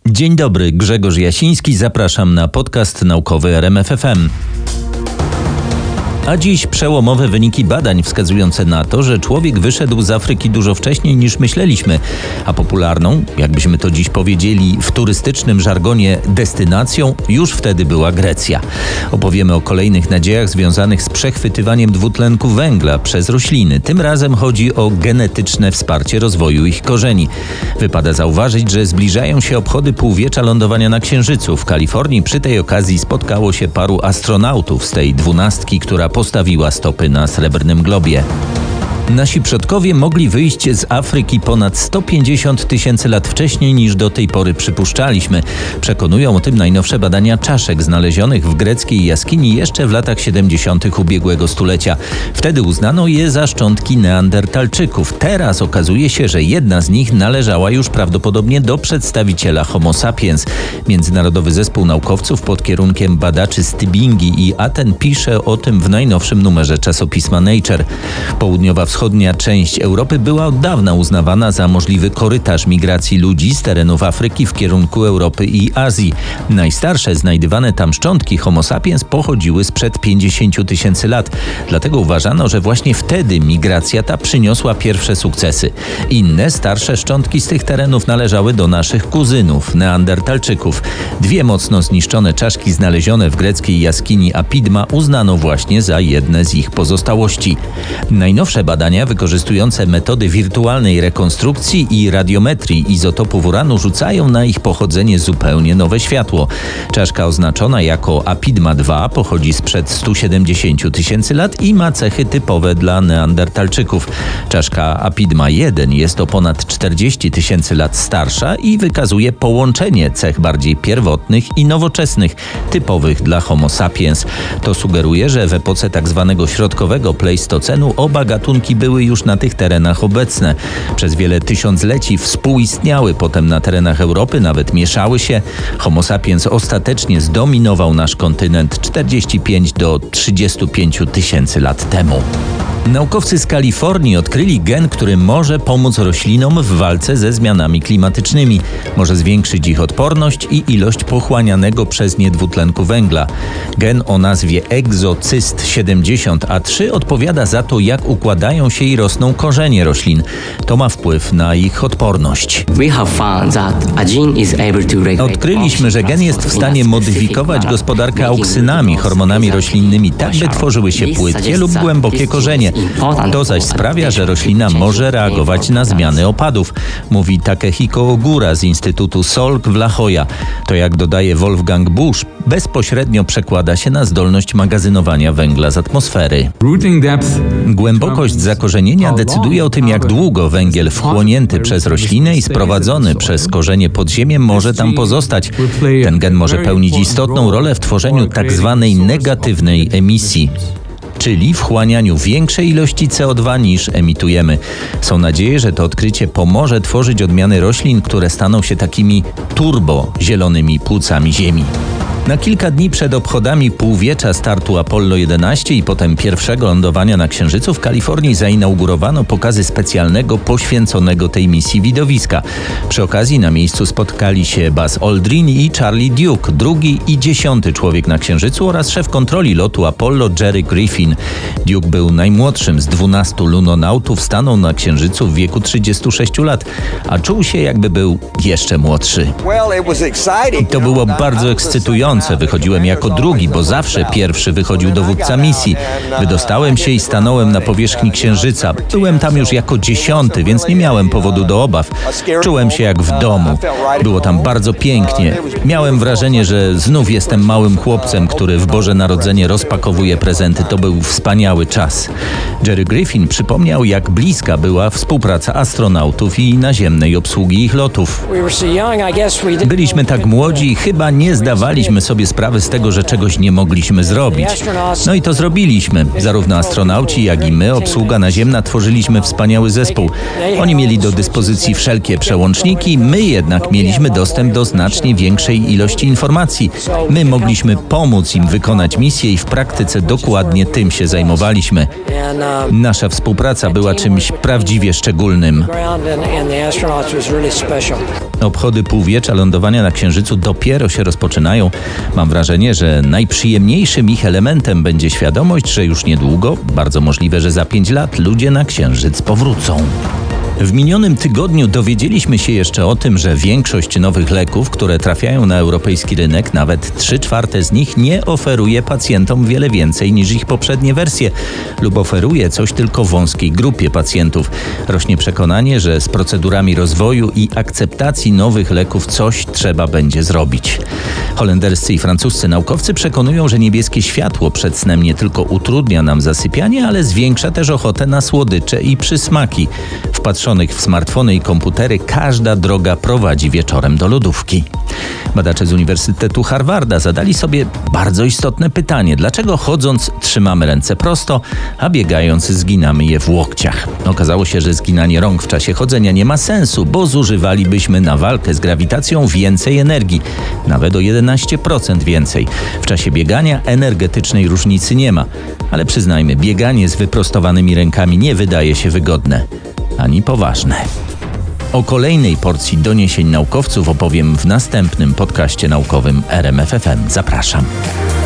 Dzień dobry, Grzegorz Jasiński, zapraszam na podcast naukowy RMF FM. A dziś przełomowe wyniki badań wskazujące na to, że człowiek wyszedł z Afryki dużo wcześniej niż myśleliśmy, a popularną, jakbyśmy to dziś powiedzieli w turystycznym żargonie, destynacją już wtedy była Grecja. Opowiemy o kolejnych nadziejach związanych z przechwytywaniem dwutlenku węgla przez rośliny. Tym razem chodzi o genetyczne wsparcie rozwoju ich korzeni. Wypada zauważyć, że zbliżają się obchody półwiecza lądowania na Księżycu. W Kalifornii przy tej okazji spotkało się paru astronautów z tej 12, która postawiła stopy na Srebrnym Globie. Nasi przodkowie mogli wyjść z Afryki ponad 150 tysięcy lat wcześniej niż do tej pory przypuszczaliśmy. Przekonują o tym najnowsze badania czaszek znalezionych w greckiej jaskini jeszcze w latach 70. ubiegłego stulecia. Wtedy uznano je za szczątki neandertalczyków. Teraz okazuje się, że jedna z nich należała już prawdopodobnie do przedstawiciela Homo sapiens. Międzynarodowy zespół naukowców pod kierunkiem badaczy z Tybingi i Aten pisze o tym w najnowszym numerze czasopisma Nature. Południowa-wschodnia część Europy była od dawna uznawana za możliwy korytarz migracji ludzi z terenów Afryki w kierunku Europy i Azji. Najstarsze znajdywane tam szczątki Homo sapiens pochodziły sprzed 50 tysięcy lat. Dlatego uważano, że właśnie wtedy migracja ta przyniosła pierwsze sukcesy. Inne, starsze szczątki z tych terenów należały do naszych kuzynów, neandertalczyków. Dwie mocno zniszczone czaszki znalezione w greckiej jaskini Apidma uznano właśnie za jedne z ich pozostałości. Najnowsze badania wykorzystujące metody wirtualnej rekonstrukcji i radiometrii izotopów uranu rzucają na ich pochodzenie zupełnie nowe światło. Czaszka oznaczona jako Apidma II pochodzi sprzed 170 tysięcy lat i ma cechy typowe dla neandertalczyków. Czaszka Apidma I jest o ponad 40 tysięcy lat starsza i wykazuje połączenie cech bardziej pierwotnych i nowoczesnych, typowych dla Homo sapiens. To sugeruje, że w epoce tzw. środkowego pleistocenu oba gatunki były już na tych terenach obecne. Przez wiele tysiącleci współistniały potem na terenach Europy, nawet mieszały się. Homo sapiens ostatecznie zdominował nasz kontynent 45 do 35 tysięcy lat temu. Naukowcy z Kalifornii odkryli gen, który może pomóc roślinom w walce ze zmianami klimatycznymi. Może zwiększyć ich odporność i ilość pochłanianego przez nie dwutlenku węgla. Gen o nazwie ExoCyst70A3 odpowiada za to, jak układają się i rosną korzenie roślin. To ma wpływ na ich odporność. Odkryliśmy, że gen jest w stanie modyfikować gospodarkę auksynami, hormonami roślinnymi, tak by tworzyły się płytkie lub głębokie korzenie. To zaś sprawia, że roślina może reagować na zmiany opadów, mówi Takehiko Ogura z Instytutu Salk w La Jolla. To, jak dodaje Wolfgang Busch, bezpośrednio przekłada się na zdolność magazynowania węgla z atmosfery. Głębokość zakorzenienia decyduje o tym, jak długo węgiel wchłonięty przez roślinę i sprowadzony przez korzenie pod ziemię może tam pozostać. Ten gen może pełnić istotną rolę w tworzeniu tzw. negatywnej emisji, czyli wchłanianiu większej ilości CO2 niż emitujemy. Są nadzieje, że to odkrycie pomoże tworzyć odmiany roślin, które staną się takimi turbo-zielonymi płucami Ziemi. Na kilka dni przed obchodami półwiecza startu Apollo 11 i potem pierwszego lądowania na Księżycu w Kalifornii zainaugurowano pokazy specjalnego poświęconego tej misji widowiska. Przy okazji na miejscu spotkali się Buzz Aldrin i Charlie Duke, drugi i 10. człowiek na Księżycu oraz szef kontroli lotu Apollo Jerry Griffin. Duke był najmłodszym z 12 lunonautów, stanął na Księżycu w wieku 36 lat, a czuł się, jakby był jeszcze młodszy. To było bardzo ekscytujące. Wychodziłem jako drugi, bo zawsze pierwszy wychodził dowódca misji. Wydostałem się i stanąłem na powierzchni Księżyca. Byłem tam już jako 10., więc nie miałem powodu do obaw. Czułem się jak w domu. Było tam bardzo pięknie. Miałem wrażenie, że znów jestem małym chłopcem, który w Boże Narodzenie rozpakowuje prezenty. To był wspaniały czas. Jerry Griffin przypomniał, jak bliska była współpraca astronautów i naziemnej obsługi ich lotów. Byliśmy tak młodzi i chyba nie zdawaliśmy sobie sprawy z tego, że czegoś nie mogliśmy zrobić. No i to zrobiliśmy. Zarówno astronauci, jak i my, obsługa naziemna, tworzyliśmy wspaniały zespół. Oni mieli do dyspozycji wszelkie przełączniki, my jednak mieliśmy dostęp do znacznie większej ilości informacji. My mogliśmy pomóc im wykonać misję i w praktyce dokładnie tym się zajmowaliśmy. Nasza współpraca była czymś prawdziwie szczególnym. Obchody półwiecza lądowania na Księżycu dopiero się rozpoczynają. Mam wrażenie, że najprzyjemniejszym ich elementem będzie świadomość, że już niedługo, bardzo możliwe, że za 5 lat ludzie na Księżyc powrócą. W minionym tygodniu dowiedzieliśmy się jeszcze o tym, że większość nowych leków, które trafiają na europejski rynek, nawet 3/4 z nich nie oferuje pacjentom wiele więcej niż ich poprzednie wersje lub oferuje coś tylko wąskiej grupie pacjentów. Rośnie przekonanie, że z procedurami rozwoju i akceptacji nowych leków coś trzeba będzie zrobić. Holenderscy i francuscy naukowcy przekonują, że niebieskie światło przed snem nie tylko utrudnia nam zasypianie, ale zwiększa też ochotę na słodycze i przysmaki. Wpatrzonych w smartfony i komputery każda droga prowadzi wieczorem do lodówki. Badacze z Uniwersytetu Harvarda zadali sobie bardzo istotne pytanie: dlaczego chodząc trzymamy ręce prosto, a biegając zginamy je w łokciach? Okazało się, że zginanie rąk w czasie chodzenia nie ma sensu, bo zużywalibyśmy na walkę z grawitacją więcej energii, nawet o 11% więcej. W czasie biegania energetycznej różnicy nie ma, ale przyznajmy, bieganie z wyprostowanymi rękami nie wydaje się wygodne ani poważne. O kolejnej porcji doniesień naukowców opowiem w następnym podcaście naukowym RMF FM. Zapraszam.